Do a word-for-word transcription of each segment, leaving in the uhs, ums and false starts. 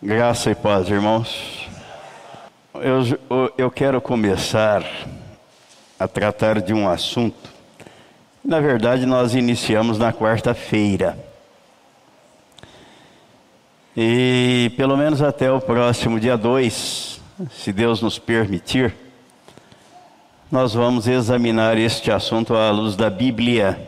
Graça e paz, irmãos. Eu, eu quero começar a tratar de um assunto. Na verdade, nós iniciamos na quarta-feira. E pelo menos até o próximo dia dois, se Deus nos permitir, nós vamos examinar este assunto à luz da Bíblia.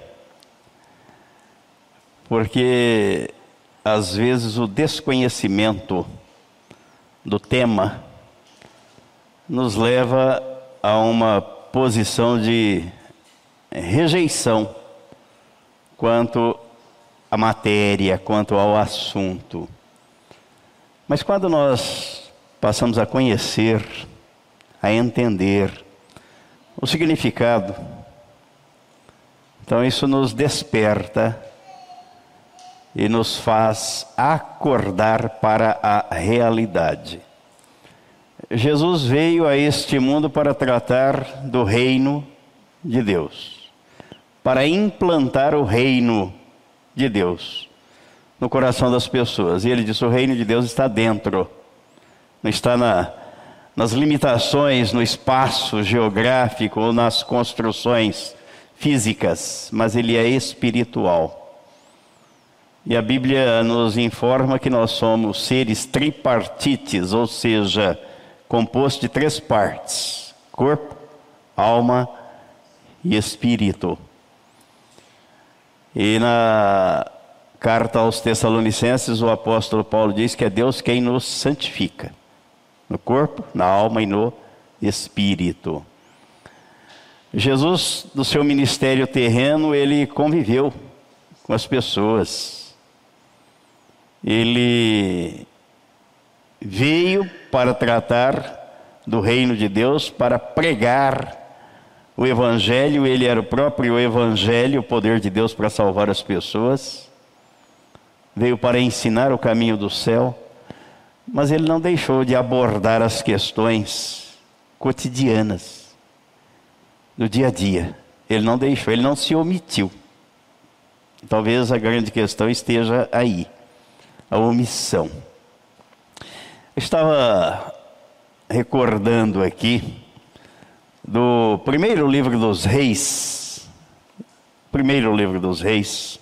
Porque às vezes o desconhecimento do tema nos leva a uma posição de rejeição quanto à matéria, quanto ao assunto. Mas quando nós passamos a conhecer, a entender o significado, então isso nos desperta e nos faz acordar para a realidade. Jesus veio a este mundo para tratar do reino de Deus, para implantar o reino de Deus no coração das pessoas. E ele disse: o reino de Deus está dentro, não está na, nas limitações, no espaço geográfico ou nas construções físicas, mas ele é espiritual. E a Bíblia nos informa que nós somos seres tripartites, ou seja, composto de três partes: corpo, alma e espírito. E na carta aos Tessalonicenses, o apóstolo Paulo diz que é Deus quem nos santifica, no corpo, na alma e no espírito. Jesus, no seu ministério terreno, ele conviveu com as pessoas. Ele veio para tratar do reino de Deus, para pregar o Evangelho. Ele era o próprio Evangelho, o poder de Deus para salvar as pessoas. Veio para ensinar o caminho do céu, mas ele não deixou de abordar as questões cotidianas, do dia a dia. Ele não deixou, ele não se omitiu. Talvez a grande questão esteja aí, a omissão. Eu estava recordando aqui do primeiro livro dos Reis, primeiro livro dos Reis,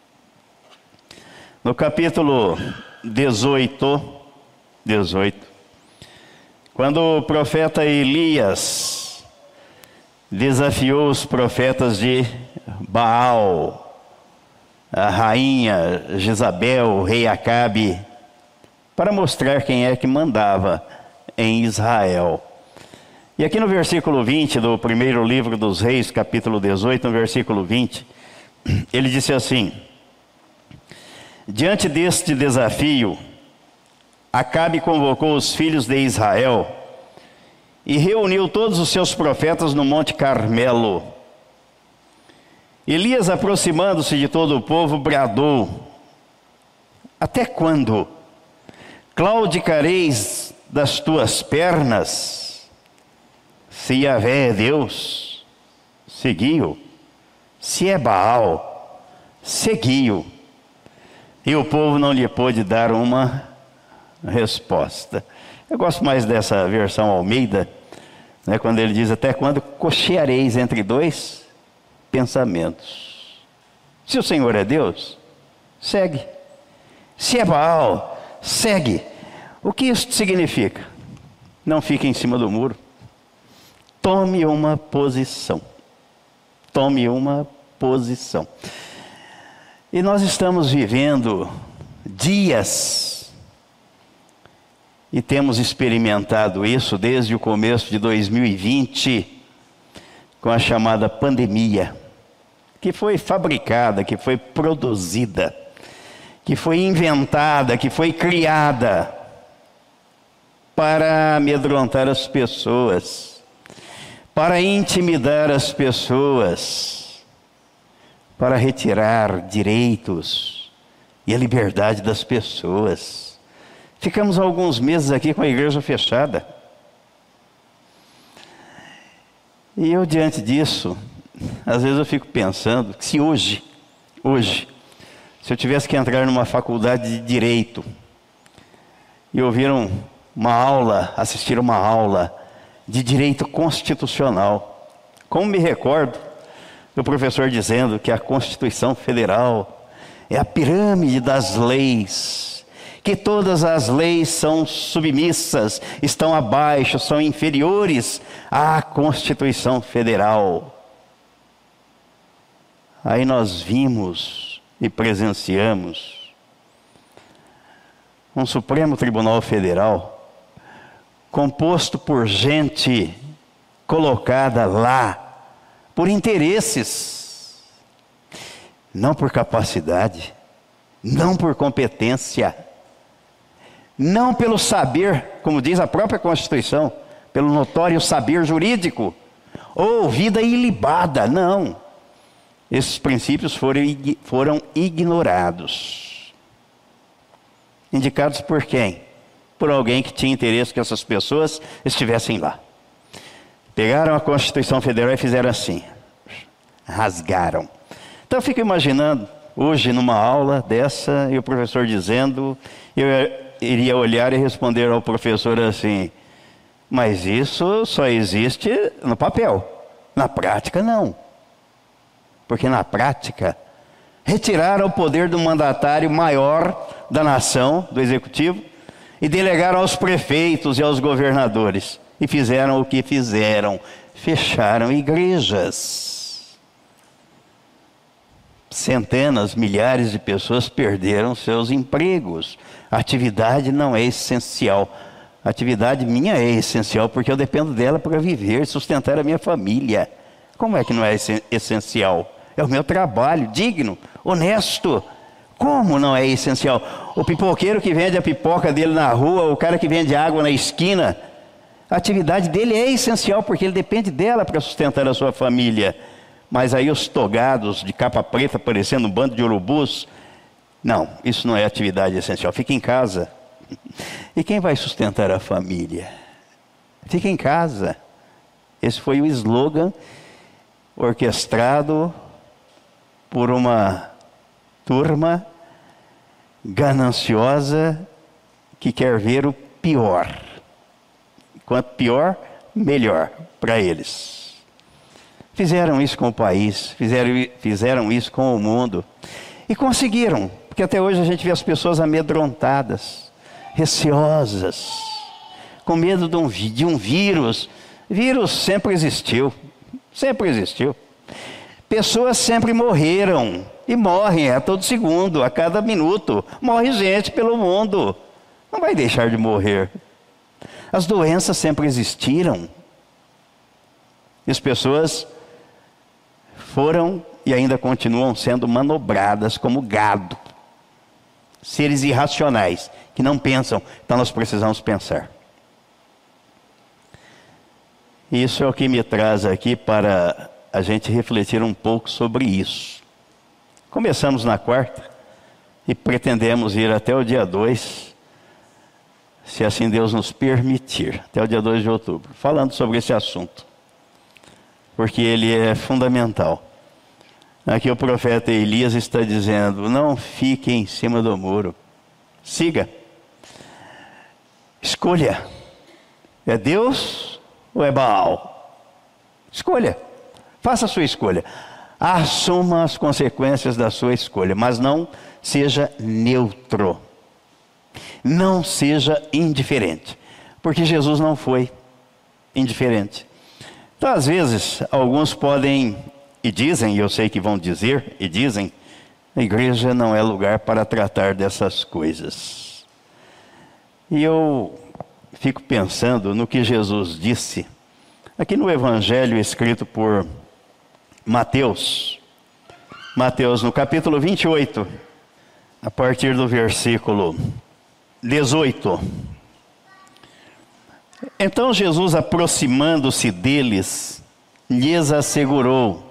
no capítulo dezoito, dezoito, quando o profeta Elias desafiou os profetas de Baal, a rainha Jezabel, o rei Acabe, para mostrar quem é que mandava em Israel. E aqui no versículo vinte do primeiro livro dos Reis, capítulo dezoito, no versículo vinte, ele disse assim: diante deste desafio, Acabe convocou os filhos de Israel e reuniu todos os seus profetas no Monte Carmelo. Elias, aproximando-se de todo o povo, bradou: até quando claudicareis das tuas pernas? Se Yahvé é Deus, segui-o; se é Baal, segui-o. E o povo não lhe pôde dar uma resposta. Eu gosto mais dessa versão Almeida, né, quando ele diz: até quando cocheareis entre dois pensamentos? Se o Senhor é Deus, segue. Se é Baal, segue. O que isso significa? Não fique em cima do muro. Tome uma posição. Tome uma posição. E nós estamos vivendo dias, e temos experimentado isso desde o começo de dois mil e vinte, com a chamada pandemia, que foi fabricada, que foi produzida, que foi inventada, que foi criada para amedrontar as pessoas, para intimidar as pessoas, para retirar direitos e a liberdade das pessoas. Ficamos alguns meses aqui com a igreja fechada. E eu, diante disso, às vezes eu fico pensando que se hoje, hoje, se eu tivesse que entrar numa faculdade de Direito e ouviram uma aula, assistiram uma aula de direito constitucional. Como me recordo do professor dizendo que a Constituição Federal é a pirâmide das leis, que todas as leis são submissas, estão abaixo, são inferiores à Constituição Federal. Aí nós vimos e presenciamos um Supremo Tribunal Federal composto por gente colocada lá por interesses, não por capacidade, não por competência, não pelo saber, como diz a própria Constituição, pelo notório saber jurídico, ou vida ilibada, não. Esses princípios foram, foram ignorados. Indicados por quem? Por alguém que tinha interesse que essas pessoas estivessem lá. Pegaram a Constituição Federal e fizeram assim, rasgaram. Então eu fico imaginando, hoje numa aula dessa, e o professor dizendo, eu iria olhar e responder ao professor assim, mas isso só existe no papel, na prática não. Porque na prática, retiraram o poder do mandatário maior da nação, do executivo, e delegaram aos prefeitos e aos governadores. E fizeram o que fizeram, fecharam igrejas. Centenas, milhares de pessoas perderam seus empregos. A atividade não é essencial. A atividade minha é essencial, porque eu dependo dela para viver, sustentar a minha família. Como é que não é essencial? É o meu trabalho, digno, honesto. Como não é essencial? O pipoqueiro que vende a pipoca dele na rua, o cara que vende água na esquina, a atividade dele é essencial, porque ele depende dela para sustentar a sua família. Mas aí os togados de capa preta parecendo um bando de urubus, não, isso não é atividade essencial. Fica em casa. E quem vai sustentar a família? Fica em casa. Esse foi o slogan orquestrado por uma turma gananciosa que quer ver o pior. Quanto pior, melhor para eles. Fizeram isso com o país, fizeram, fizeram isso com o mundo. E conseguiram, porque até hoje a gente vê as pessoas amedrontadas, receosas, com medo de um, de um vírus. Vírus sempre existiu, sempre existiu. Pessoas sempre morreram, e morrem a todo segundo, a cada minuto. Morre gente pelo mundo, não vai deixar de morrer. As doenças sempre existiram. E as pessoas foram e ainda continuam sendo manobradas como gado. Seres irracionais, que não pensam, então nós precisamos pensar. Isso é o que me traz aqui para a gente refletir um pouco sobre isso. Começamos na quarta e pretendemos ir até o dia dois, se assim Deus nos permitir, até o dia dois de outubro, falando sobre esse assunto, porque ele é fundamental. Aqui o profeta Elias está dizendo, não fique em cima do muro, siga, escolha, é Deus ou é Baal? Escolha, faça a sua escolha, assuma as consequências da sua escolha, mas não seja neutro, não seja indiferente, porque Jesus não foi indiferente. Então às vezes alguns podem e dizem, e eu sei que vão dizer e dizem, a igreja não é lugar para tratar dessas coisas. E eu fico pensando no que Jesus disse aqui no evangelho escrito por Mateus, Mateus no capítulo vinte e oito, a partir do versículo dezoito. Então Jesus, aproximando-se deles, lhes assegurou,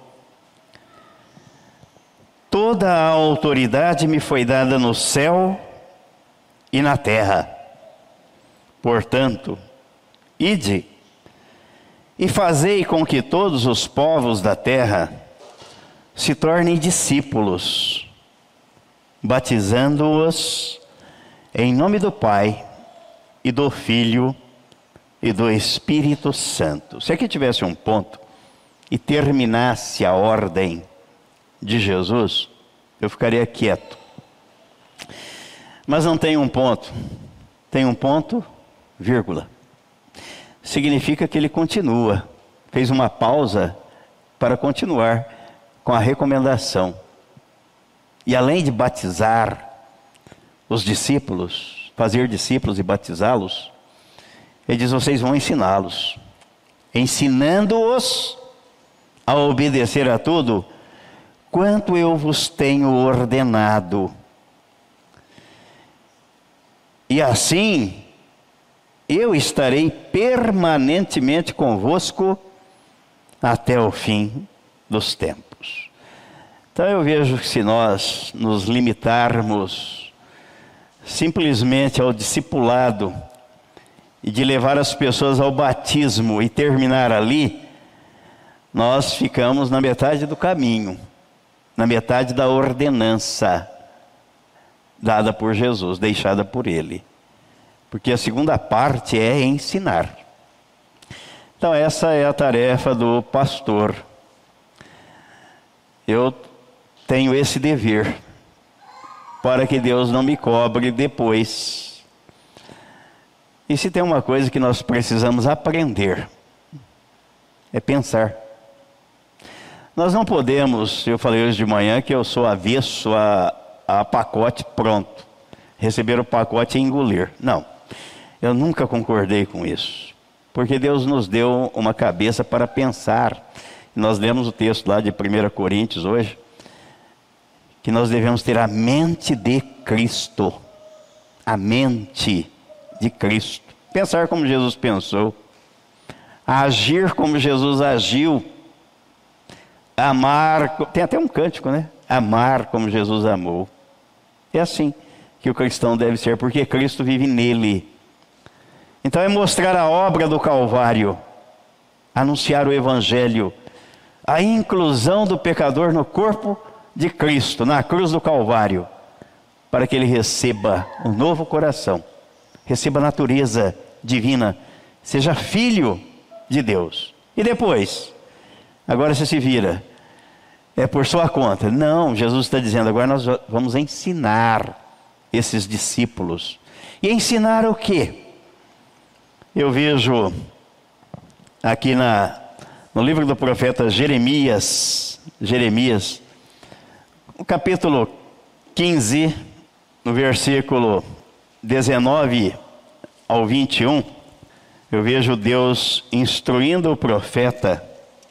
toda a autoridade me foi dada no céu e na terra. Portanto, ide e fazei com que todos os povos da terra se tornem discípulos, batizando-os em nome do Pai e do Filho e do Espírito Santo. Se aqui tivesse um ponto e terminasse a ordem de Jesus, eu ficaria quieto. Mas não tem um ponto, tem um ponto, vírgula. Significa que ele continua, fez uma pausa para continuar com a recomendação. E além de batizar os discípulos, fazer discípulos e batizá-los, ele diz: vocês vão ensiná-los, ensinando-os a obedecer a tudo quanto eu vos tenho ordenado. E assim, eu estarei permanentemente convosco até o fim dos tempos. Então eu vejo que se nós nos limitarmos simplesmente ao discipulado e de levar as pessoas ao batismo e terminar ali, nós ficamos na metade do caminho, na metade da ordenança dada por Jesus, deixada por Ele. Porque a segunda parte é ensinar. Então essa é a tarefa do pastor. Eu tenho esse dever, para que Deus não me cobre depois. E se tem uma coisa que nós precisamos aprender, é pensar. Nós não podemos, eu falei hoje de manhã que eu sou avesso a, a pacote pronto. Receber o pacote e engolir. Não, eu nunca concordei com isso. Porque Deus nos deu uma cabeça para pensar. Nós lemos o texto lá de primeira Coríntios hoje, que nós devemos ter a mente de Cristo. A mente de Cristo. Pensar como Jesus pensou. Agir como Jesus agiu. Amar, tem até um cântico, né? Amar como Jesus amou. É assim que o cristão deve ser, porque Cristo vive nele. Então é mostrar a obra do Calvário, anunciar o Evangelho, a inclusão do pecador no corpo de Cristo, na cruz do Calvário, para que ele receba um novo coração, receba a natureza divina, seja filho de Deus. E depois, agora você se vira, é por sua conta. Não, Jesus está dizendo, agora nós vamos ensinar esses discípulos. E ensinar o quê? Eu vejo aqui na, no livro do profeta Jeremias, Jeremias, no capítulo quinze, no versículo dezenove ao vinte e um, eu vejo Deus instruindo o profeta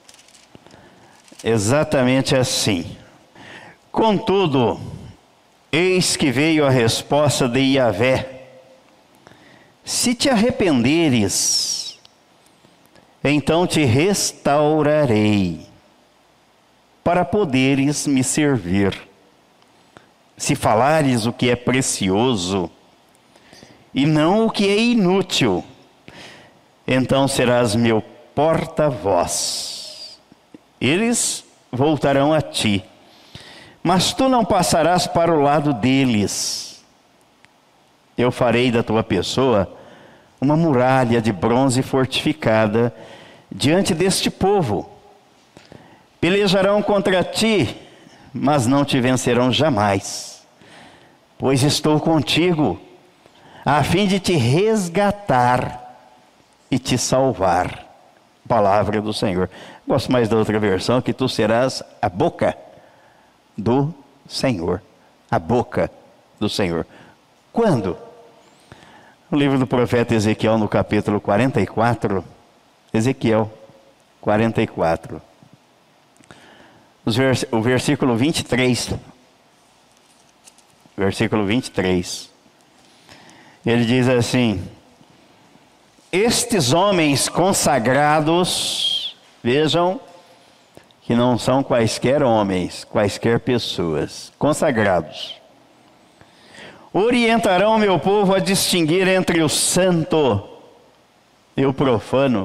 exatamente assim. Contudo, eis que veio a resposta de Yahvé: se te arrependeres, então te restaurarei, para poderes me servir. Se falares o que é precioso, e não o que é inútil, então serás meu porta-voz. Eles voltarão a ti, mas tu não passarás para o lado deles. Eu farei da tua pessoa uma muralha de bronze fortificada diante deste povo. Pelejarão contra ti, mas não te vencerão jamais, pois estou contigo, a fim de te resgatar e te salvar. Palavra do Senhor. Gosto mais da outra versão, que tu serás a boca do Senhor. A boca do Senhor. Quando? No livro do profeta Ezequiel, no capítulo quarenta e quatro, Ezequiel quarenta e quatro, vers- o versículo vinte e três, versículo vinte e três, ele diz assim: estes homens consagrados, vejam que não são quaisquer homens, quaisquer pessoas, consagrados, orientarão meu povo a distinguir entre o santo e o profano,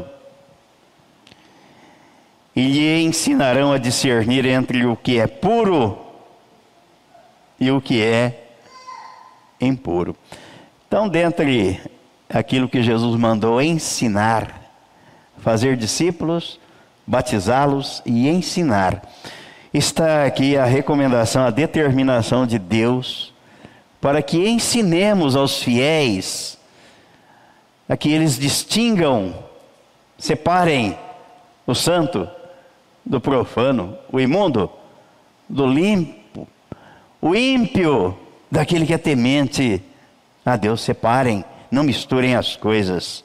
e lhe ensinarão a discernir entre o que é puro e o que é impuro. Então, dentre aquilo que Jesus mandou ensinar, fazer discípulos, batizá-los e ensinar. Está aqui a recomendação, a determinação de Deus para que ensinemos aos fiéis a que eles distingam, separem o santo do profano, o imundo do limpo, o ímpio daquele que é temente a Deus. Separem, não misturem as coisas.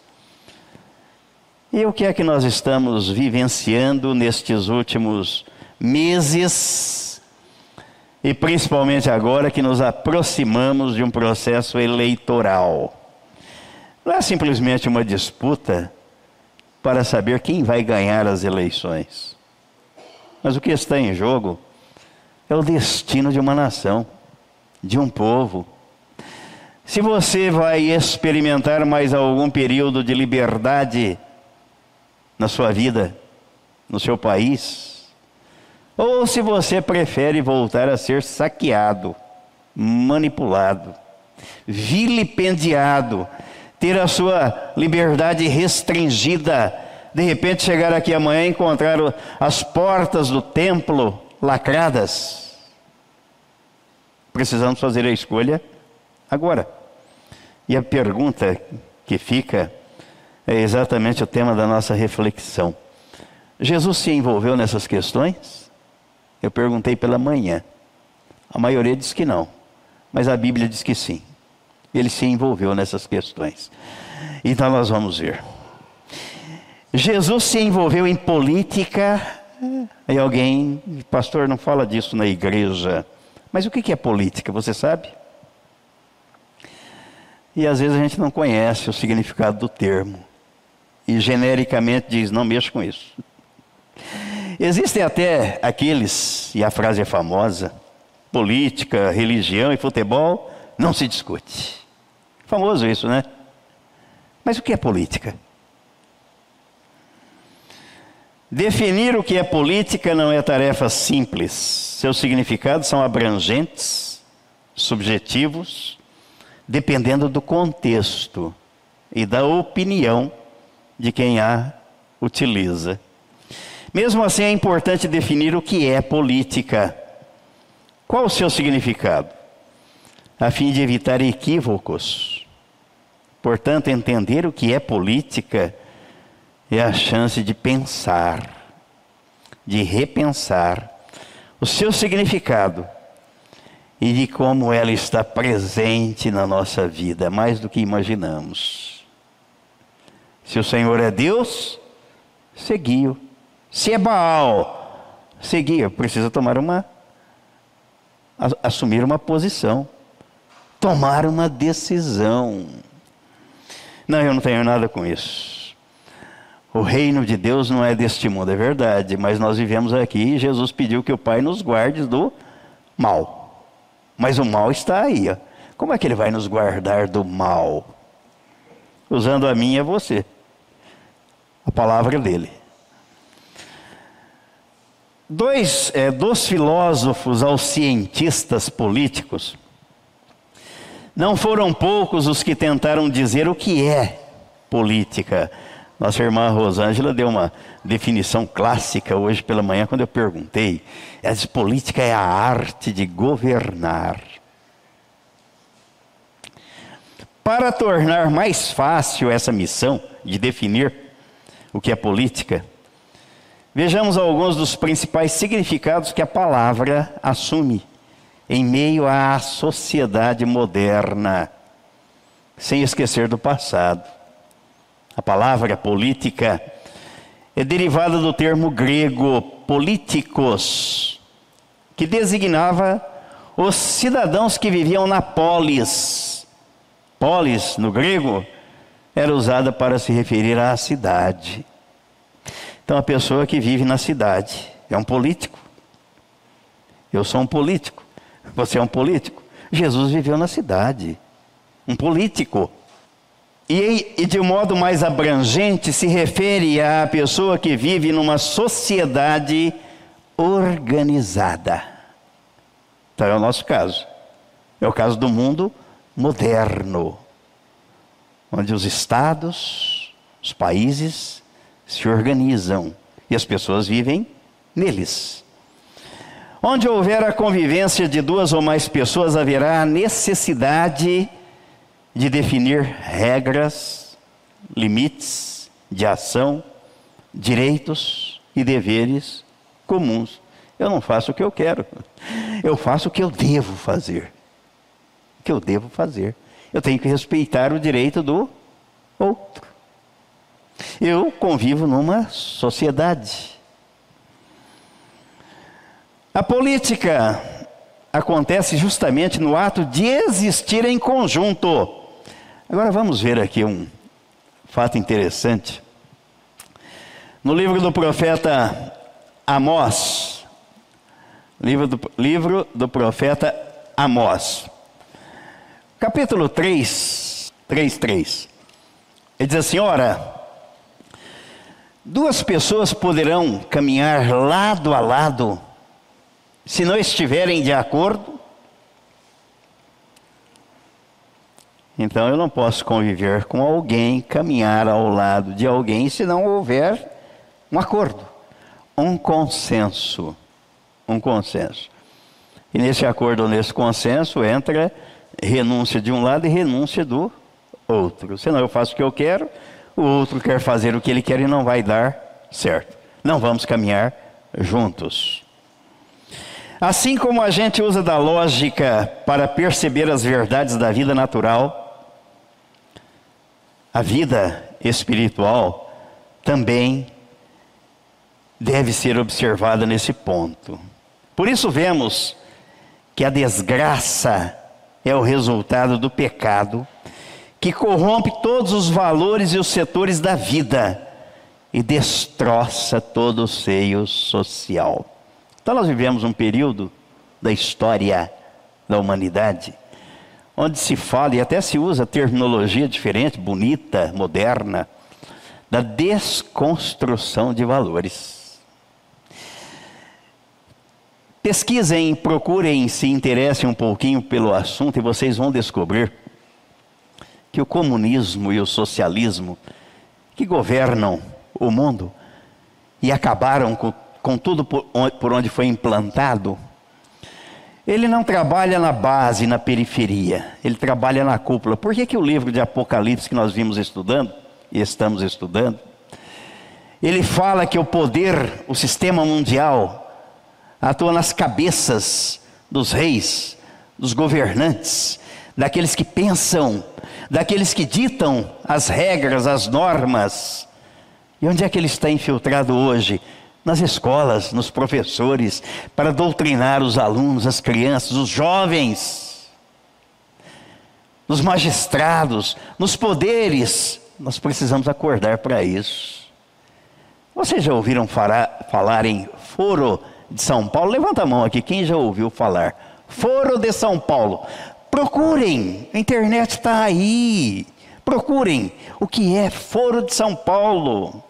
E o que é que nós estamos vivenciando nestes últimos meses, e principalmente agora que nos aproximamos de um processo eleitoral? Não é simplesmente uma disputa para saber quem vai ganhar as eleições, mas o que está em jogo é o destino de uma nação, de um povo. Se você vai experimentar mais algum período de liberdade na sua vida, no seu país, ou se você prefere voltar a ser saqueado, manipulado, vilipendiado, ter a sua liberdade restringida, de repente chegar aqui amanhã e encontrar as portas do templo lacradas. Precisamos fazer a escolha agora. E a pergunta que fica é exatamente o tema da nossa reflexão. Jesus se envolveu nessas questões? Eu perguntei pela manhã. A maioria diz que não, mas a Bíblia diz que sim. Ele se envolveu nessas questões. Então nós vamos ver. Jesus se envolveu em política. E alguém, pastor, não fala disso na igreja. Mas o que é política, você sabe? E às vezes a gente não conhece o significado do termo. E genericamente diz, não mexa com isso. Existem até aqueles, e a frase é famosa, política, religião e futebol não se discute. Famoso isso, né? Mas o que é política? Definir o que é política não é tarefa simples. Seus significados são abrangentes, subjetivos, dependendo do contexto e da opinião de quem a utiliza. Mesmo assim, é importante definir o que é política. Qual o seu significado? A fim de evitar equívocos. Portanto, entender o que é política é a chance de pensar, de repensar o seu significado e de como ela está presente na nossa vida, mais do que imaginamos. Se o Senhor é Deus, segui-o. Se é Baal, segui-o. Precisa tomar uma, assumir uma posição, tomar uma decisão. Não, eu não tenho nada com isso. O reino de Deus não é deste mundo, é verdade, mas nós vivemos aqui e Jesus pediu que o Pai nos guarde do mal. Mas o mal está aí, ó. Como é que Ele vai nos guardar do mal? Usando a minha e a você, a palavra dEle. Dois, é, dos filósofos aos cientistas políticos, não foram poucos os que tentaram dizer o que é política. Nossa irmã Rosângela deu uma definição clássica hoje pela manhã, quando eu perguntei. Ela disse, política é a arte de governar. Para tornar mais fácil essa missão de definir o que é política, vejamos alguns dos principais significados que a palavra assume em meio à sociedade moderna, sem esquecer do passado. A palavra política é derivada do termo grego políticos, que designava os cidadãos que viviam na polis. Polis, no grego, era usada para se referir à cidade. Então, a pessoa que vive na cidade é um político. Eu sou um político. Você é um político. Jesus viveu na cidade. Um político. E, e de um modo mais abrangente, se refere à pessoa que vive numa sociedade organizada. Então, é o nosso caso. É o caso do mundo moderno. onde os estados, os países se organizam e as pessoas vivem neles. Onde houver a convivência de duas ou mais pessoas, haverá a necessidade de definir regras, limites de ação, direitos e deveres comuns. Eu não faço o que eu quero, eu faço o que eu devo fazer. O que eu devo fazer. Eu tenho que respeitar o direito do outro. Eu convivo numa sociedade. A política acontece justamente no ato de existir em conjunto. Agora vamos ver aqui um fato interessante. No livro do profeta Amós, livro do, livro do profeta Amós, capítulo três, três, três, ele diz assim: ora, duas pessoas poderão caminhar lado a lado, se não estiverem de acordo. Então eu não posso conviver com alguém, caminhar ao lado de alguém, se não houver um acordo, um consenso, um consenso. E nesse acordo, nesse consenso, entra renúncia de um lado e renúncia do outro. Senão eu faço o que eu quero, o outro quer fazer o que ele quer e não vai dar certo. Não vamos caminhar juntos. Assim como a gente usa da lógica para perceber as verdades da vida natural, a vida espiritual também deve ser observada nesse ponto. Por isso vemos que a desgraça é o resultado do pecado, que corrompe todos os valores e os setores da vida e destroça todo o seio social. Então nós vivemos um período da história da humanidade, onde se fala e até se usa terminologia diferente, bonita, moderna, da desconstrução de valores. Pesquisem, procurem, se interessem um pouquinho pelo assunto e vocês vão descobrir que o comunismo e o socialismo que governam o mundo e acabaram com com tudo por onde foi implantado, ele não trabalha na base, na periferia, ele trabalha na cúpula. Por que que o livro de Apocalipse que nós vimos estudando, e estamos estudando, ele fala que o poder, o sistema mundial, atua nas cabeças dos reis, dos governantes, daqueles que pensam, daqueles que ditam as regras, as normas. E onde é que ele está infiltrado hoje? Nas escolas, nos professores, para doutrinar os alunos, as crianças, os jovens, nos magistrados, nos poderes. Nós precisamos acordar para isso. Vocês já ouviram falar, falar em Foro de São Paulo? Levanta a mão aqui, quem já ouviu falar? Foro de São Paulo. Procurem, a internet está aí. Procurem o que é Foro de São Paulo.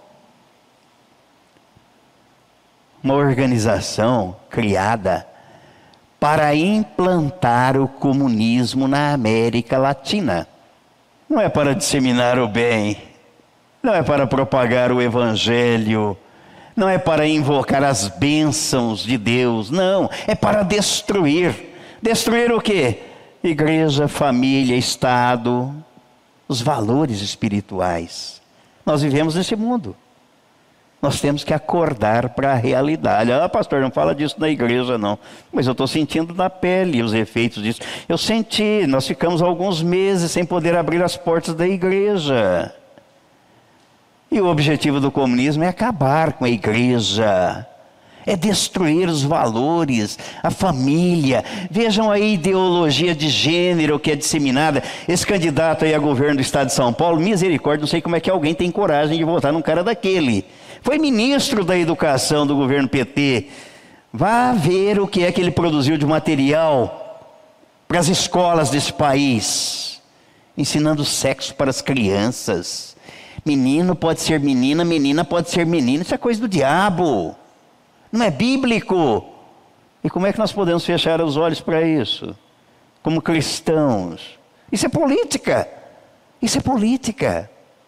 Uma organização criada para implantar o comunismo na América Latina. Não é para disseminar o bem, não é para propagar o evangelho, não é para invocar as bênçãos de Deus, não, é para destruir. Destruir o quê? Igreja, família, Estado, os valores espirituais. Nós vivemos nesse mundo. Nós temos que acordar para a realidade. Ah, pastor, não fala disso na igreja, não. Mas eu estou sentindo na pele os efeitos disso. Eu senti, nós ficamos alguns meses sem poder abrir as portas da igreja. E o objetivo do comunismo é acabar com a igreja. É destruir os valores, a família. Vejam a ideologia de gênero que é disseminada. Esse candidato aí a governo do estado de São Paulo, misericórdia, não sei como é que alguém tem coragem de votar num cara daquele. Foi ministro da educação do governo P T. Vá ver o que é que ele produziu de material para as escolas desse país, ensinando sexo para as crianças. Menino pode ser menina, menina pode ser menino. Isso é coisa do diabo, não é bíblico. E como é que nós podemos fechar os olhos para isso, como cristãos? Isso é política. Isso é política.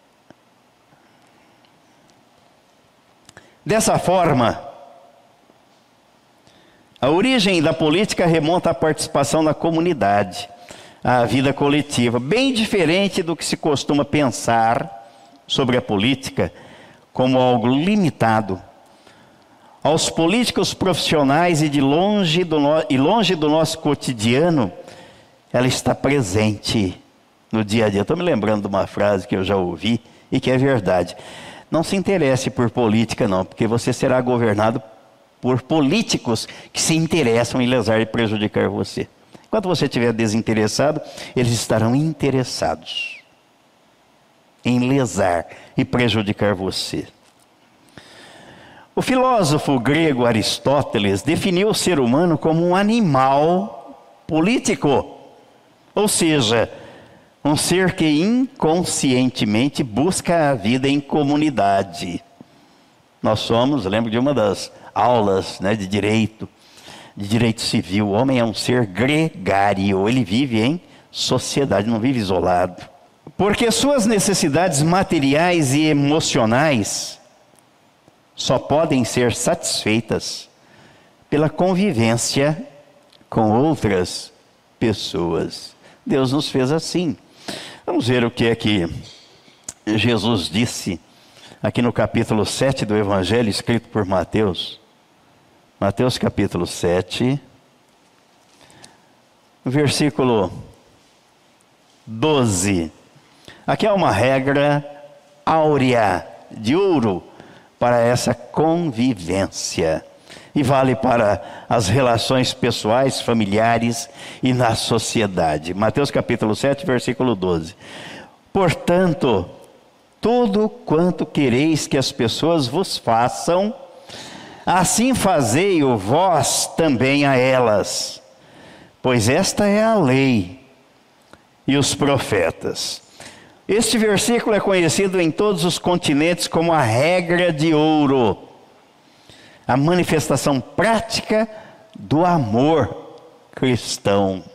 Dessa forma, a origem da política remonta à participação na comunidade, à vida coletiva, bem diferente do que se costuma pensar sobre a política como algo limitado aos políticos profissionais e de longe do, no... e longe do nosso cotidiano. Ela está presente no dia a dia. Estou me lembrando de uma frase que eu já ouvi e que é verdade. Não se interesse por política não, porque você será governado por políticos que se interessam em lesar e prejudicar você. Enquanto você estiver desinteressado, eles estarão interessados em lesar e prejudicar você. O filósofo grego Aristóteles definiu o ser humano como um animal político, ou seja, um ser que inconscientemente busca a vida em comunidade. Nós somos, lembro de uma das aulas, né, de direito, de direito civil, o homem é um ser gregário, ele vive em sociedade, não vive isolado. Porque suas necessidades materiais e emocionais só podem ser satisfeitas pela convivência com outras pessoas. Deus nos fez assim. Vamos ver o que é que Jesus disse aqui no capítulo sete do Evangelho escrito por Mateus. Mateus capítulo sete, versículo doze. Aqui é uma regra áurea, de ouro, para essa convivência. E vale para as relações pessoais, familiares e na sociedade. Mateus capítulo sete, versículo doze. Portanto, tudo quanto quereis que as pessoas vos façam, assim fazei-o vós também a elas. Pois esta é a lei e os profetas. Este versículo é conhecido em todos os continentes como a regra de ouro, a manifestação prática do amor cristão.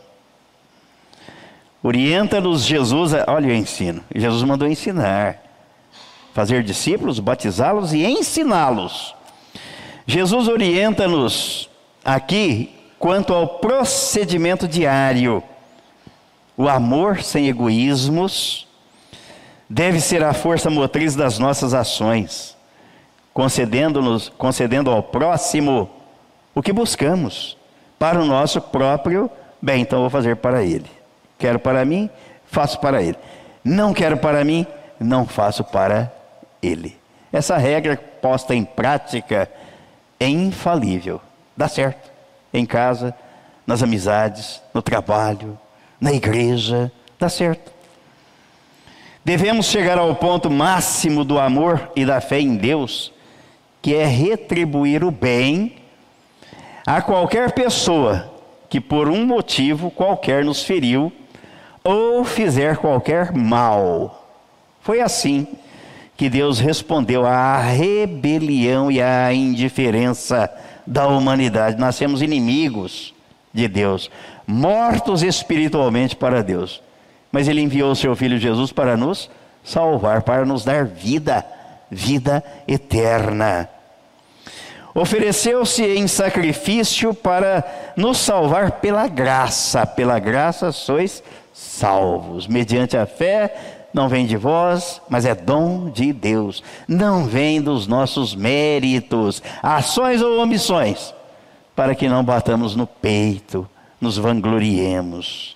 Orienta-nos Jesus, a, olha o ensino, Jesus mandou ensinar, fazer discípulos, batizá-los e ensiná-los. Jesus orienta-nos aqui quanto ao procedimento diário. O amor sem egoísmos deve ser a força motriz das nossas ações, concedendo-nos, concedendo ao próximo o que buscamos para o nosso próprio bem. Então vou fazer para ele. Quero para mim, faço para ele. Não quero para mim, não faço para ele. Essa regra posta em prática é infalível. Dá certo. Em casa, nas amizades, no trabalho, na igreja, dá certo. Devemos chegar ao ponto máximo do amor e da fé em Deus, que é retribuir o bem a qualquer pessoa que por um motivo qualquer nos feriu ou fizer qualquer mal. Foi assim que Deus respondeu à rebelião e à indiferença da humanidade. Nascemos inimigos de Deus, mortos espiritualmente para Deus. Mas Ele enviou o Seu Filho Jesus para nos salvar, para nos dar vida, vida eterna. Ofereceu-se em sacrifício para nos salvar pela graça. Pela graça sois salvos, mediante a fé. Não vem de vós, mas é dom de Deus. Não vem dos nossos méritos, ações ou omissões, para que não batamos no peito, nos vangloriemos.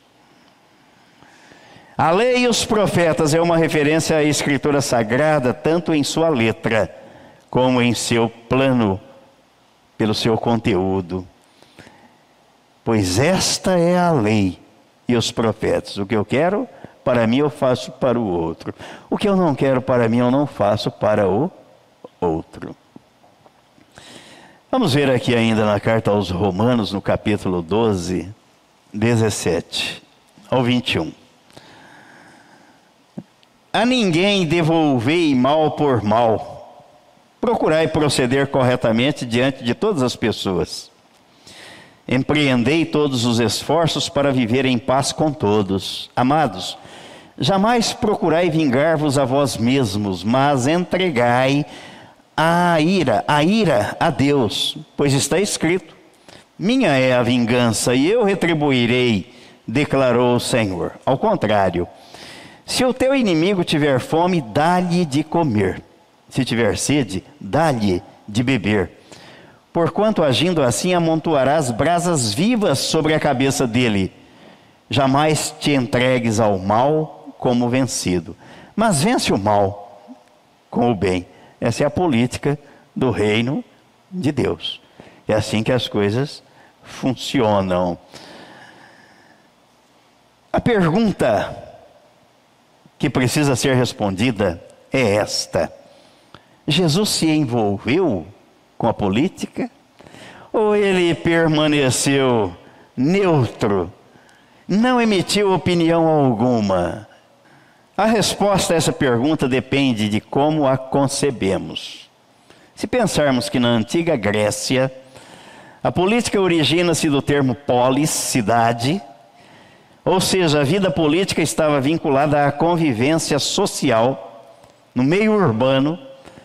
A lei e os profetas é uma referência à Escritura Sagrada, tanto em sua letra, como em seu plano, pelo seu conteúdo. Pois esta é a lei e os profetas. O que eu quero para mim, eu faço para o outro. O que eu não quero para mim, eu não faço para o outro. Vamos ver aqui ainda na carta aos Romanos, no capítulo doze, dezessete ao vinte e um. A ninguém devolvei mal por mal. Procurai proceder corretamente diante de todas as pessoas. Empreendei todos os esforços para viver em paz com todos. Amados, Jamais procurai vingar-vos a vós mesmos, mas entregai a ira, a ira a Deus, pois está escrito: minha é a vingança e eu retribuirei, declarou o Senhor. Ao contrário, se o teu inimigo tiver fome, dá-lhe de comer. Se tiver sede, dá-lhe de beber. Porquanto agindo assim amontoarás brasas vivas sobre a cabeça dele. Jamais te entregues ao mal como vencido, mas vence o mal com o bem. Essa é a política do reino de Deus. É assim que as coisas funcionam. A pergunta que precisa ser respondida é esta: Jesus se envolveu com a política? Ou ele permaneceu neutro, não emitiu opinião alguma? A resposta a essa pergunta depende de como a concebemos. Se pensarmos que na antiga Grécia, a política origina-se do termo polis, cidade, ou seja, a vida política estava vinculada à convivência social no meio urbano.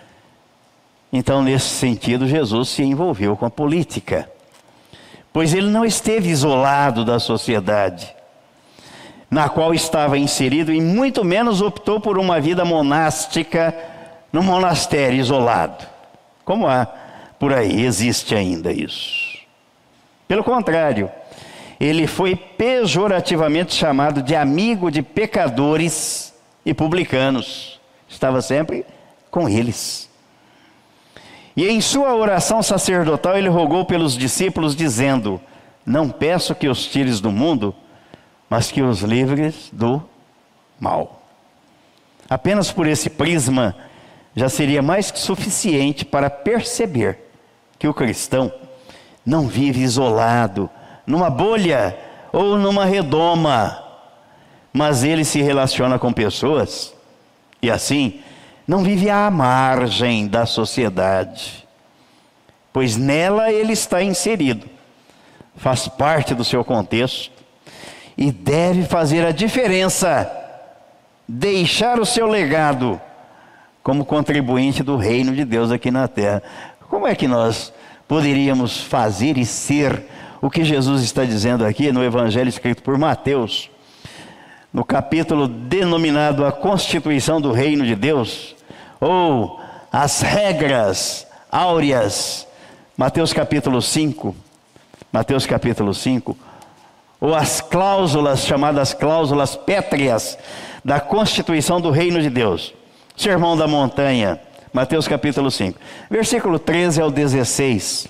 Então, nesse sentido, Jesus se envolveu com a política, pois ele não esteve isolado da sociedade na qual estava inserido, e muito menos optou por uma vida monástica no monastério isolado, como há por aí, existe ainda isso. Pelo contrário, ele foi pejorativamente chamado de amigo de pecadores e publicanos, estava sempre com eles. E em sua oração sacerdotal ele rogou pelos discípulos dizendo: não peço que os tires do mundo, mas que os livres do mal. Apenas por esse prisma já seria mais que suficiente para perceber que o cristão não vive isolado, numa bolha ou numa redoma, mas ele se relaciona com pessoas e assim não vive à margem da sociedade, pois nela ele está inserido, faz parte do seu contexto e deve fazer a diferença, deixar o seu legado como contribuinte do reino de Deus aqui na terra. Como é que nós poderíamos fazer e ser o que Jesus está dizendo aqui no Evangelho escrito por Mateus, no capítulo denominado A Constituição do Reino de Deus, ou As Regras Áureas, Mateus capítulo cinco, Mateus capítulo cinco, ou as cláusulas, chamadas cláusulas pétreas da Constituição do Reino de Deus. Sermão da Montanha, Mateus capítulo cinco, versículo treze ao dezesseis.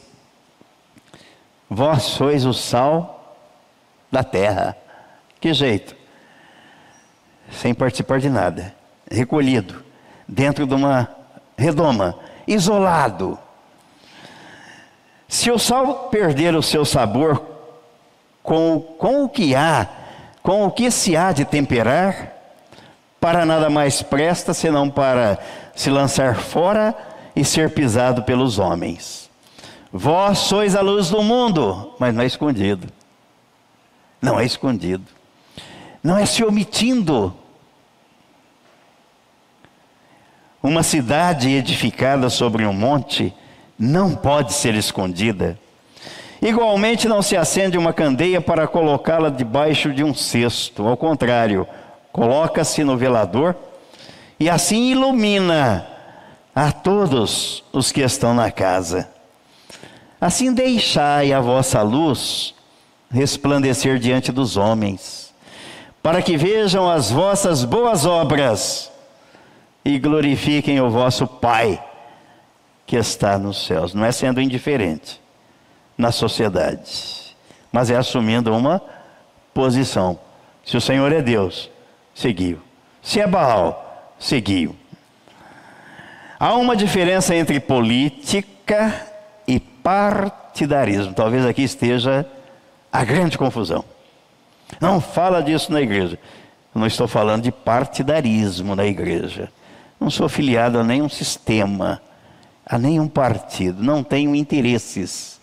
Vós sois o sal da terra. Que jeito? Sem participar de nada, recolhido, dentro de uma redoma, isolado. Se o sal perder o seu sabor, com, com o que há, com o que se há de temperar, para nada mais presta senão para se lançar fora e ser pisado pelos homens. Vós sois a luz do mundo, mas não é escondido. Não é escondido. Não é se omitindo. Uma cidade edificada sobre um monte não pode ser escondida. Igualmente não se acende uma candeia para colocá-la debaixo de um cesto. Ao contrário, coloca-se no velador e assim ilumina a todos os que estão na casa. Assim deixai a vossa luz resplandecer diante dos homens, para que vejam as vossas boas obras e glorifiquem o vosso Pai que está nos céus. Não é sendo indiferente na sociedade, mas é assumindo uma posição. Se o Senhor é Deus, seguiu. Se é Baal, seguiu. Há uma diferença entre política e partidarismo. Talvez aqui esteja a grande confusão. Não fala disso na igreja. Eu não estou falando de partidarismo na igreja. Não sou filiado a nenhum sistema, a nenhum partido. Não tenho interesses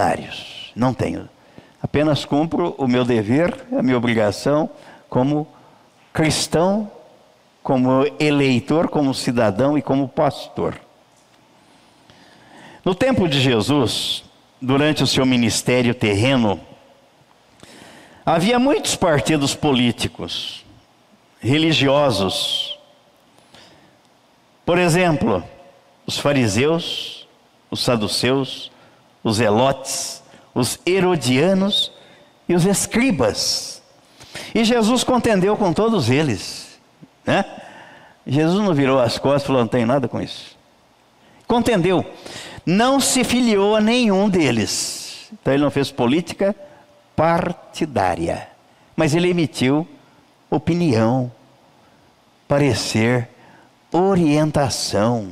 partidários. Não tenho. Apenas cumpro o meu dever, a minha obrigação como cristão, como eleitor, como cidadão e como pastor. No tempo de Jesus, durante o seu ministério terreno, havia muitos partidos políticos, religiosos. Por exemplo, os fariseus, os saduceus, os zelotes, os herodianos e os escribas. E Jesus contendeu com todos eles, né? Jesus não virou as costas e falou: não tenho nada com isso. Contendeu. Não se filiou a nenhum deles. Então ele não fez política partidária, mas ele emitiu opinião, parecer, orientação.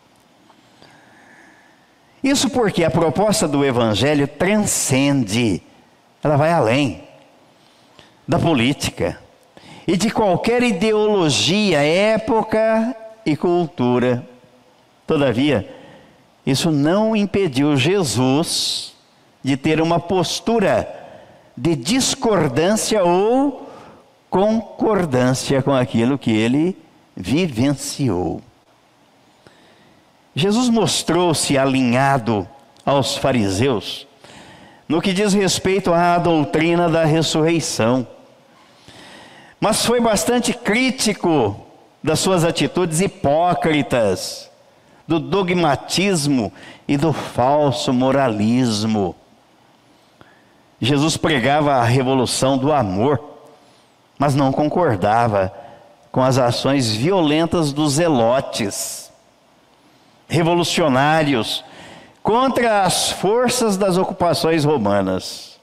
Isso porque a proposta do Evangelho transcende, ela vai além da política e de qualquer ideologia, época e cultura. Todavia, isso não impediu Jesus de ter uma postura de discordância ou concordância com aquilo que ele vivenciou. Jesus mostrou-se alinhado aos fariseus no que diz respeito à doutrina da ressurreição, mas foi bastante crítico das suas atitudes hipócritas, do dogmatismo e do falso moralismo. Jesus pregava a revolução do amor, mas não concordava com as ações violentas dos zelotes, revolucionários, contra as forças das ocupações romanas.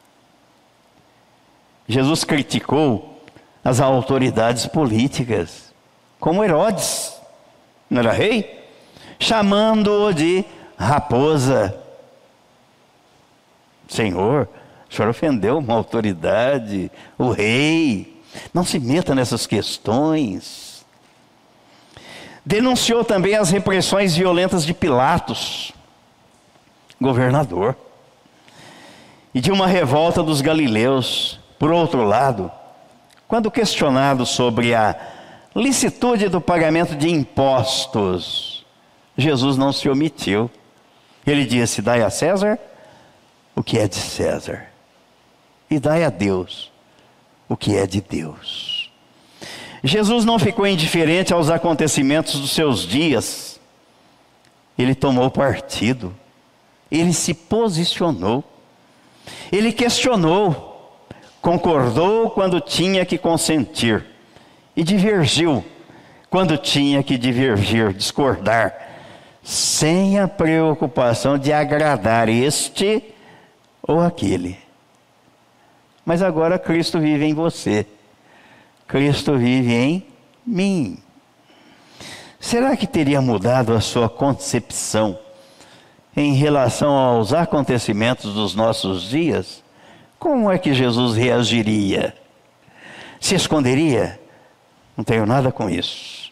Jesus criticou as autoridades políticas, como Herodes, não era rei? Chamando-o de raposa. Senhor, o senhor ofendeu uma autoridade, o rei, não se meta nessas questões. Denunciou também as repressões violentas de Pilatos, governador, e de uma revolta dos galileus. Por outro lado, quando questionado sobre a licitude do pagamento de impostos, Jesus não se omitiu. Ele disse: dai a César o que é de César, e dai a Deus o que é de Deus. Jesus não ficou indiferente aos acontecimentos dos seus dias. Ele tomou partido, ele se posicionou, ele questionou, concordou quando tinha que consentir e divergiu quando tinha que divergir, discordar, sem a preocupação de agradar este ou aquele. Mas agora Cristo vive em você, Cristo vive em mim. Será que teria mudado a sua concepção em relação aos acontecimentos dos nossos dias? Como é que Jesus reagiria? Se esconderia? Não tenho nada com isso.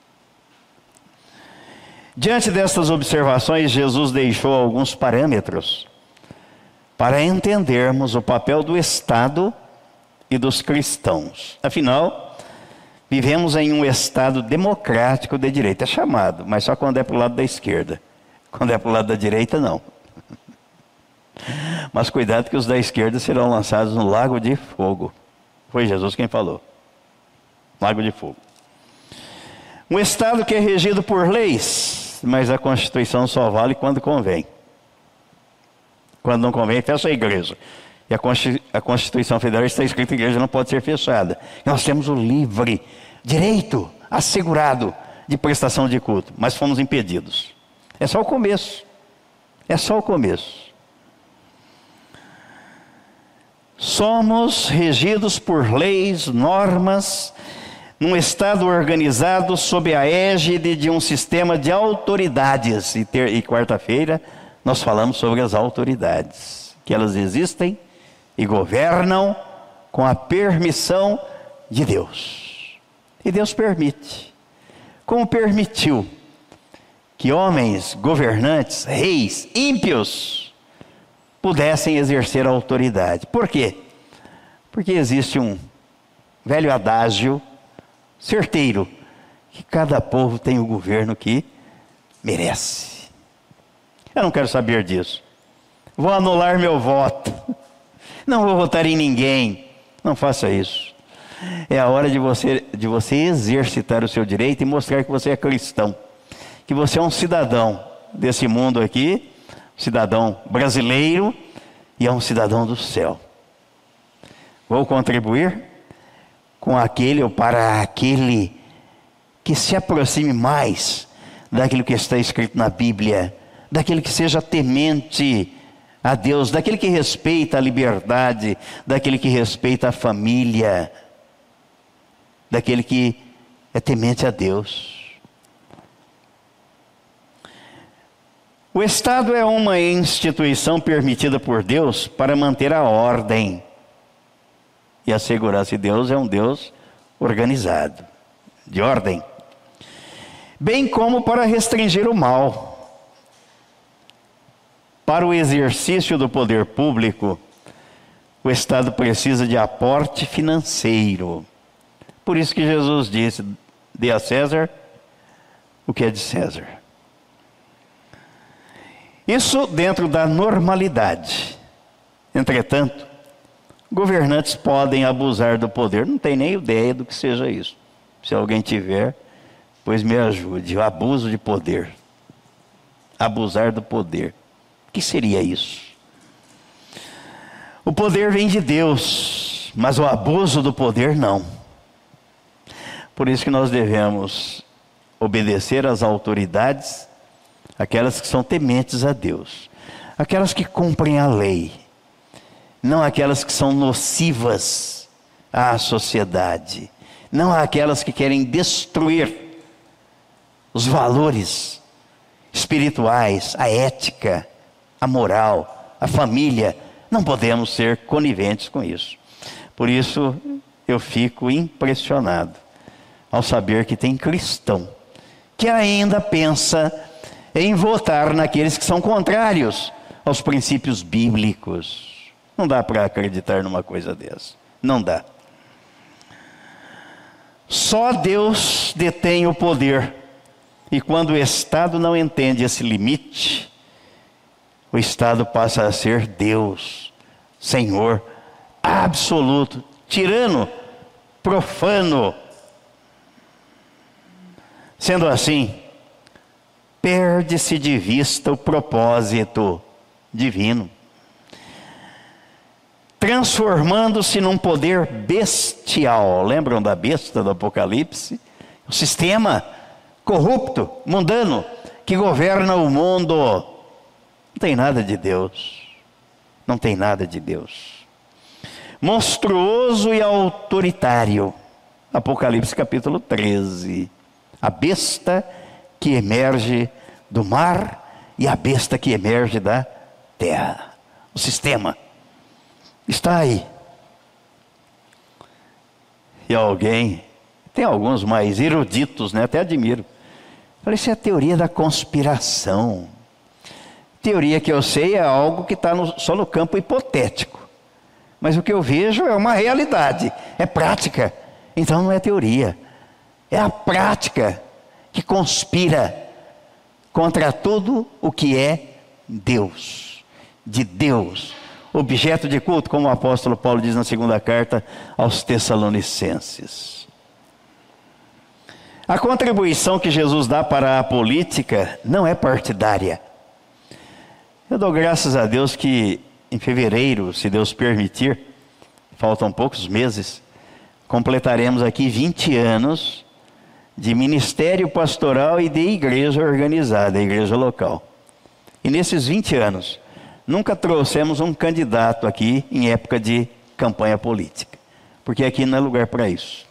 Diante destas observações, Jesus deixou alguns parâmetros para entendermos o papel do Estado e dos cristãos. Afinal, vivemos em um Estado democrático de direita. É chamado, mas só quando é para o lado da esquerda. Quando é para o lado da direita, não. Mas cuidado que os da esquerda serão lançados no lago de fogo. Foi Jesus quem falou. Lago de fogo. Um Estado que é regido por leis, mas a Constituição só vale quando convém. Quando não convém, fecha a igreja. E a Constituição Federal está escrito que a igreja não pode ser fechada. E nós temos o livre direito assegurado de prestação de culto, mas fomos impedidos. É só o começo. É só o começo. Somos regidos por leis, normas, num Estado organizado sob a égide de um sistema de autoridades. E, ter, e quarta-feira nós falamos sobre as autoridades, que elas existem e governam com a permissão de Deus. E Deus permite. Como permitiu que homens, governantes, reis, ímpios, pudessem exercer a autoridade. Por quê? Porque existe um velho adágio certeiro que cada povo tem o governo que merece. Eu não quero saber disso. Vou anular meu voto. Não vou votar em ninguém. Não faça isso. É a hora de você, de você exercitar o seu direito e mostrar que você é cristão. Que você é um cidadão desse mundo aqui, cidadão brasileiro e é um cidadão do céu. Vou contribuir com aquele ou para aquele que se aproxime mais daquilo que está escrito na Bíblia, daquele que seja temente a Deus, daquele que respeita a liberdade, daquele que respeita a família, daquele que é temente a Deus. O Estado é uma instituição permitida por Deus para manter a ordem e assegurar-se. Deus é um Deus organizado, de ordem, bem como para restringir o mal. Para o exercício do poder público, o Estado precisa de aporte financeiro. Por isso que Jesus disse: dê a César o que é de César. Isso dentro da normalidade. Entretanto, governantes podem abusar do poder. Não tem nem ideia do que seja isso. Se alguém tiver, pois me ajude. O abuso de poder. Abusar do poder. O que seria isso? O poder vem de Deus, mas o abuso do poder não. Por isso que nós devemos obedecer às autoridades, aquelas que são tementes a Deus, aquelas que cumprem a lei, não aquelas que são nocivas à sociedade, não aquelas que querem destruir os valores espirituais, a ética, a moral, a família. Não podemos ser coniventes com isso. Por isso eu fico impressionado ao saber que tem cristão que ainda pensa em votar naqueles que são contrários aos princípios bíblicos. Não dá para acreditar numa coisa dessa. Não dá. Só Deus detém o poder. E quando o Estado não entende esse limite, o Estado passa a ser Deus, Senhor absoluto, tirano, profano. Sendo assim, perde-se de vista o propósito divino, transformando-se num poder bestial. Lembram da besta do Apocalipse? O sistema corrupto, mundano, que governa o mundo. Não tem nada de Deus. Não tem nada de Deus. Monstruoso e autoritário. Apocalipse capítulo treze. A besta que emerge do mar e a besta que emerge da terra. O sistema está aí. E alguém, tem alguns mais eruditos, né? Até admiro. Falei, isso é a teoria da conspiração. Teoria que eu sei é algo que está no, só no campo hipotético. Mas o que eu vejo é uma realidade, é prática. Então não é teoria, é a prática que conspira contra tudo o que é Deus, de Deus, objeto de culto, como o apóstolo Paulo diz na segunda carta aos Tessalonicenses. A contribuição que Jesus dá para a política não é partidária. Eu dou graças a Deus que em fevereiro, se Deus permitir, faltam poucos meses, completaremos aqui vinte anos de ministério pastoral e de igreja organizada, igreja local. E nesses vinte anos, nunca trouxemos um candidato aqui em época de campanha política, porque aqui não é lugar para isso.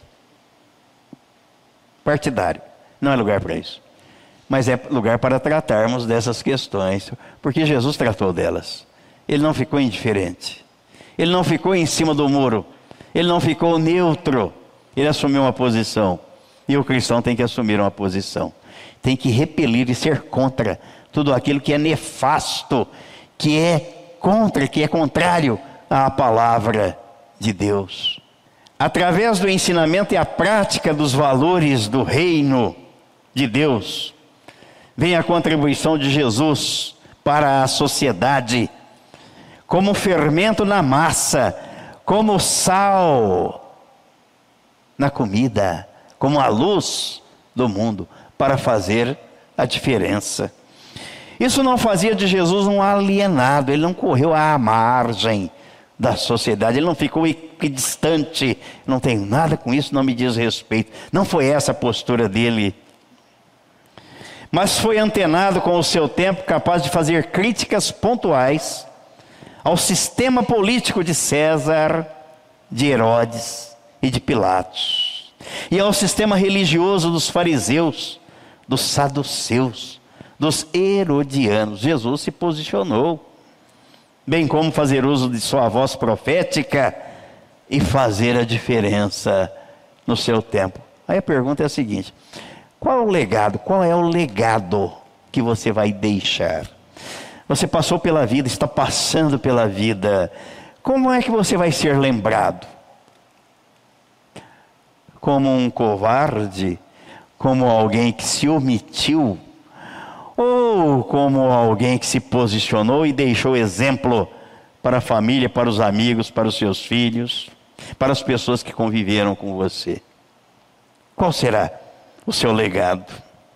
Partidário, não é lugar para isso. Mas é lugar para tratarmos dessas questões, porque Jesus tratou delas. Ele não ficou indiferente, ele não ficou em cima do muro, ele não ficou neutro, ele assumiu uma posição. E o cristão tem que assumir uma posição, tem que repelir e ser contra tudo aquilo que é nefasto, que é contra, que é contrário à palavra de Deus, através do ensinamento e a prática dos valores do reino de Deus, vem a contribuição de Jesus para a sociedade, como fermento na massa, como sal na comida, como a luz do mundo, para fazer a diferença. Isso não fazia de Jesus um alienado, ele não correu à margem da sociedade, ele não ficou equidistante, não tenho nada com isso, não me diz respeito. Não foi essa a postura dele. Mas foi antenado com o seu tempo, capaz de fazer críticas pontuais ao sistema político de César, de Herodes e de Pilatos, e ao sistema religioso dos fariseus, dos saduceus, dos herodianos. Jesus se posicionou, bem como fazer uso de sua voz profética e fazer a diferença no seu tempo. Aí a pergunta é a seguinte: qual é o legado? Qual é o legado que você vai deixar? Você passou pela vida, está passando pela vida. Como é que você vai ser lembrado? Como um covarde? Como alguém que se omitiu? Ou como alguém que se posicionou e deixou exemplo para a família, para os amigos, para os seus filhos, para as pessoas que conviveram com você? Qual será o seu legado?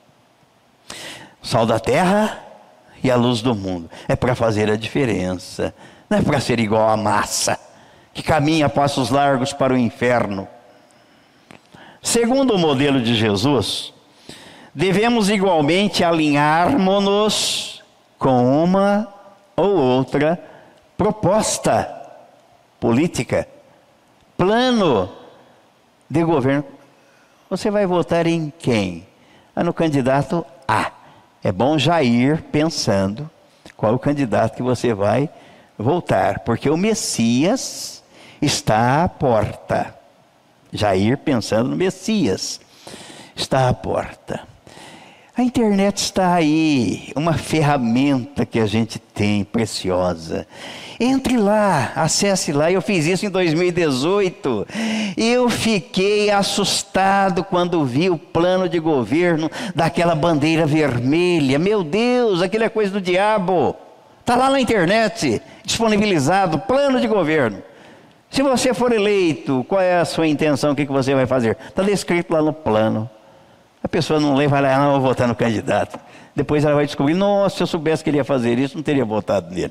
Sal da terra e a luz do mundo. É para fazer a diferença. Não é para ser igual a massa que caminha a passos largos para o inferno. Segundo o modelo de Jesus, devemos igualmente alinharmos-nos com uma ou outra proposta política, plano de governo. Você vai votar em quem? Ah, no candidato A. É bom já ir pensando qual é o candidato que você vai votar, porque o Messias está à porta. Já ir pensando no Messias, está à porta. A internet está aí, uma ferramenta que a gente tem, preciosa. Entre lá, acesse lá. Eu fiz isso em dois mil e dezoito. Eu fiquei assustado quando vi o plano de governo daquela bandeira vermelha. Meu Deus, aquilo é coisa do diabo. Está lá na internet, disponibilizado, plano de governo. Se você for eleito, qual é a sua intenção, o que você vai fazer? Está descrito lá no plano. A pessoa não lê, vai lá, não, eu vou votar no candidato. Depois ela vai descobrir, nossa, se eu soubesse que ele ia fazer isso, não teria votado nele.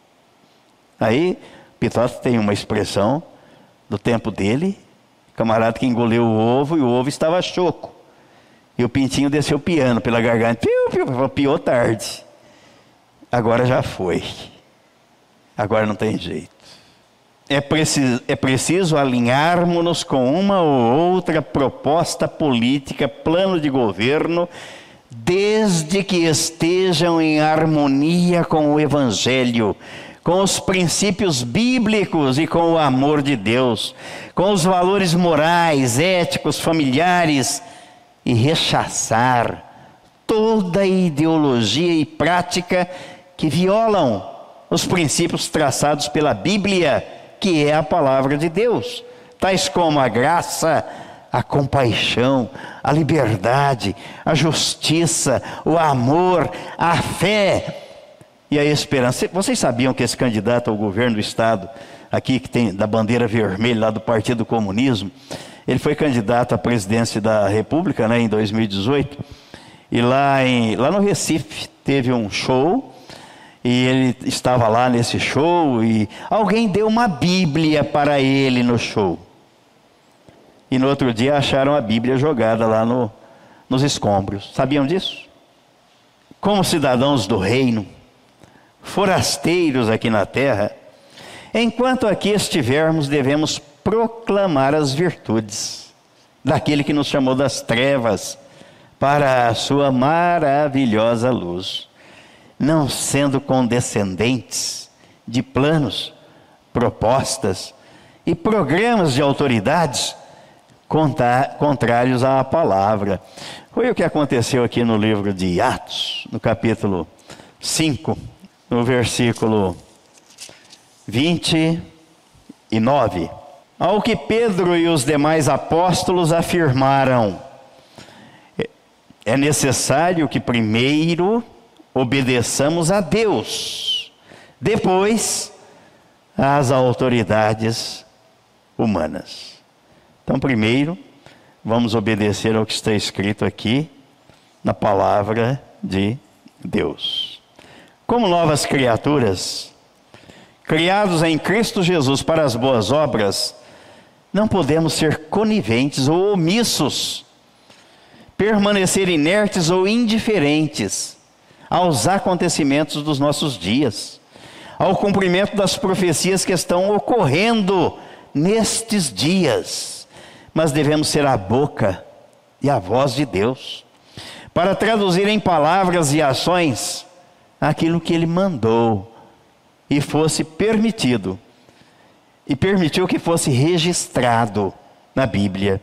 Aí, Pitócio tem uma expressão do tempo dele, camarada que engoliu o ovo e o ovo estava choco. E o pintinho desceu piano pela garganta, piu, piu, piu, piou tarde. Agora já foi. Agora não tem jeito. É preciso, é preciso alinharmos-nos com uma ou outra proposta política, plano de governo, desde que estejam em harmonia com o Evangelho, com os princípios bíblicos e com o amor de Deus, com os valores morais, éticos, familiares, e rechaçar toda ideologia e prática que violam os princípios traçados pela Bíblia, que é a palavra de Deus, tais como a graça, a compaixão, a liberdade, a justiça, o amor, a fé e a esperança. Vocês sabiam que esse candidato ao governo do estado, aqui que tem da bandeira vermelha lá do Partido Comunismo, ele foi candidato à presidência da República, né, em dois mil e dezoito, e lá, em, lá no Recife teve um show, e ele estava lá nesse show, e alguém deu uma Bíblia para ele no show. E no outro dia acharam a Bíblia jogada lá no, nos escombros. Sabiam disso? Como cidadãos do reino, forasteiros aqui na terra, enquanto aqui estivermos, devemos proclamar as virtudes daquele que nos chamou das trevas para a sua maravilhosa luz, não sendo condescendentes de planos, propostas e programas de autoridades contrários à palavra. Foi o que aconteceu aqui no livro de Atos, no capítulo cinco, no versículo vinte e nove. Ao que Pedro e os demais apóstolos afirmaram: é necessário que primeiro obedeçamos a Deus, depois às autoridades humanas. Então, primeiro, vamos obedecer ao que está escrito aqui na palavra de Deus. Como novas criaturas, criados em Cristo Jesus para as boas obras, não podemos ser coniventes ou omissos, permanecer inertes ou indiferentes aos acontecimentos dos nossos dias, ao cumprimento das profecias que estão ocorrendo nestes dias. Mas devemos ser a boca e a voz de Deus, para traduzir em palavras e ações aquilo que Ele mandou e fosse permitido, e permitiu que fosse registrado na Bíblia.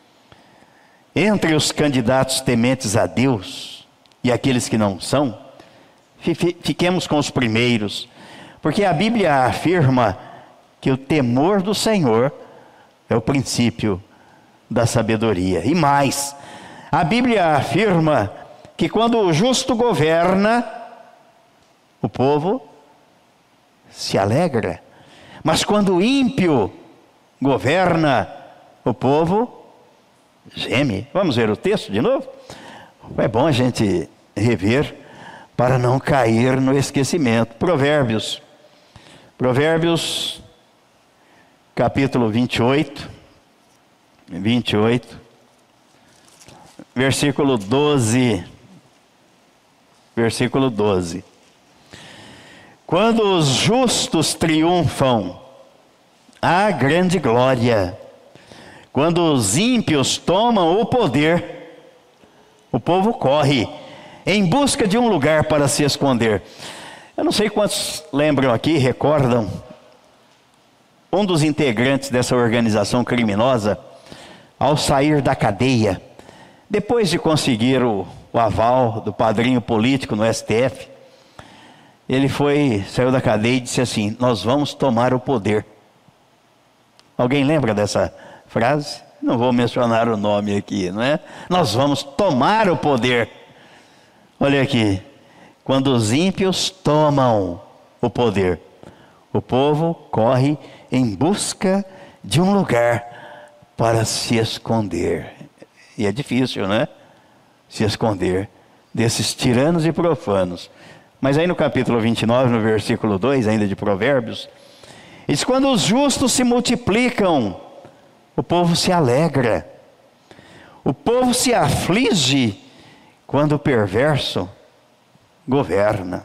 Entre os candidatos tementes a Deus e aqueles que não são, fiquemos com os primeiros, porque a Bíblia afirma que o temor do Senhor é o princípio da sabedoria. E mais, a Bíblia afirma que quando o justo governa, o povo se alegra. Mas quando o ímpio governa, o povo geme. Vamos ver o texto de novo? É bom a gente rever para não cair no esquecimento. Provérbios. Provérbios, capítulo vinte e oito. vinte e oito. Versículo doze. Versículo doze. Quando os justos triunfam, há grande glória. Quando os ímpios tomam o poder, o povo corre em busca de um lugar para se esconder. Eu não sei quantos lembram aqui, recordam, um dos integrantes dessa organização criminosa, ao sair da cadeia, depois de conseguir o, o aval do padrinho político no S T F, ele foi, saiu da cadeia e disse assim: nós vamos tomar o poder. Alguém lembra dessa frase? Não vou mencionar o nome aqui, não é? Nós vamos tomar o poder. Olha aqui, quando os ímpios tomam o poder, o povo corre em busca de um lugar para se esconder. E é difícil, né? Se esconder desses tiranos e profanos. Mas aí no capítulo vinte e nove, no versículo dois, ainda de Provérbios, diz: quando os justos se multiplicam, o povo se alegra. O povo se aflige quando o perverso governa.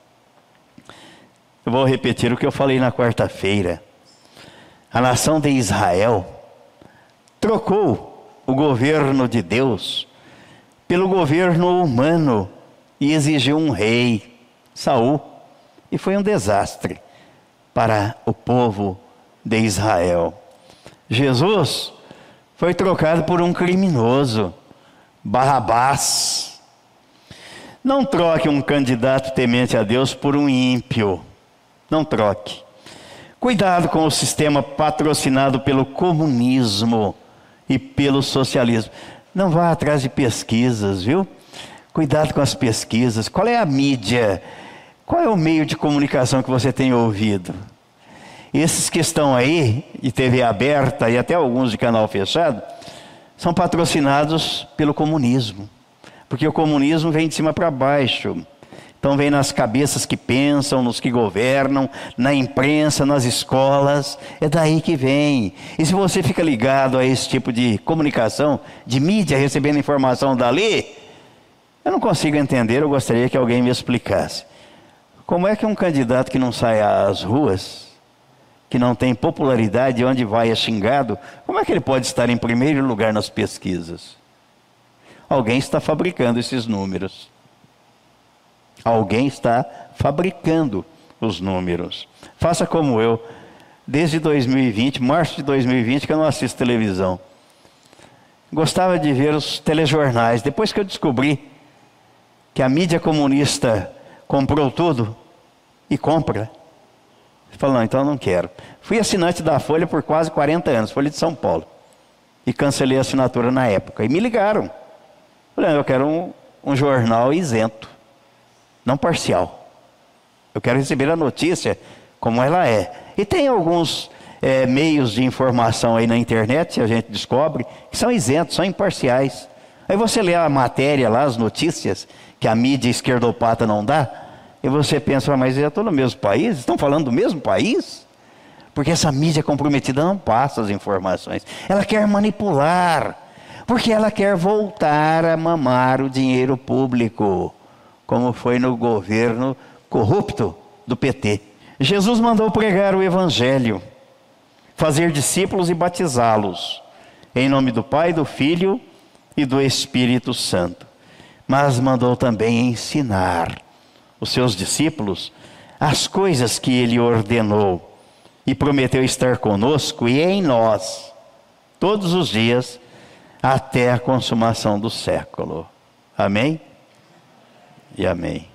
Eu vou repetir o que eu falei na quarta-feira. A nação de Israel trocou o governo de Deus pelo governo humano e exigiu um rei, Saul, e foi um desastre para o povo de Israel. Jesus foi trocado por um criminoso, Barrabás. Não troque um candidato temente a Deus por um ímpio. Não troque. Cuidado com o sistema patrocinado pelo comunismo e pelo socialismo. Não vá atrás de pesquisas, viu? Cuidado com as pesquisas. Qual é a mídia? Qual é o meio de comunicação que você tem ouvido? Esses que estão aí, de T V aberta e até alguns de canal fechado, são patrocinados pelo comunismo. Porque o comunismo vem de cima para baixo. Então vem nas cabeças que pensam, nos que governam, na imprensa, nas escolas. É daí que vem. E se você fica ligado a esse tipo de comunicação, de mídia, recebendo informação dali, eu não consigo entender, eu gostaria que alguém me explicasse. Como é que um candidato que não sai às ruas, que não tem popularidade, onde vai é xingado, como é que ele pode estar em primeiro lugar nas pesquisas? Alguém está fabricando esses números. Alguém está fabricando os números. Faça como eu. Desde dois mil e vinte, março de dois mil e vinte, que eu não assisto televisão. Gostava de ver os telejornais. Depois que eu descobri que a mídia comunista comprou tudo, e compra, Você fala, não, então eu não quero. Fui assinante da Folha por quase quarenta anos, Folha de São Paulo. E cancelei a assinatura na época. E me ligaram. Falei, eu quero um, um jornal isento, não parcial. Eu quero receber a notícia como ela é. E tem alguns é, meios de informação aí na internet, a gente descobre, que são isentos, são imparciais. Aí você lê a matéria lá, as notícias, que a mídia esquerdopata não dá, e você pensa, mas eu estou no mesmo país? Estão falando do mesmo país? Porque essa mídia comprometida não passa as informações. Ela quer manipular, porque ela quer voltar a mamar o dinheiro público, como foi no governo corrupto do P T. Jesus mandou pregar o Evangelho, fazer discípulos e batizá-los, em nome do Pai, do Filho e do Espírito Santo. Mas mandou também ensinar os seus discípulos as coisas que ele ordenou, e prometeu estar conosco e em nós, todos os dias, até a consumação do século. Amém? E amém.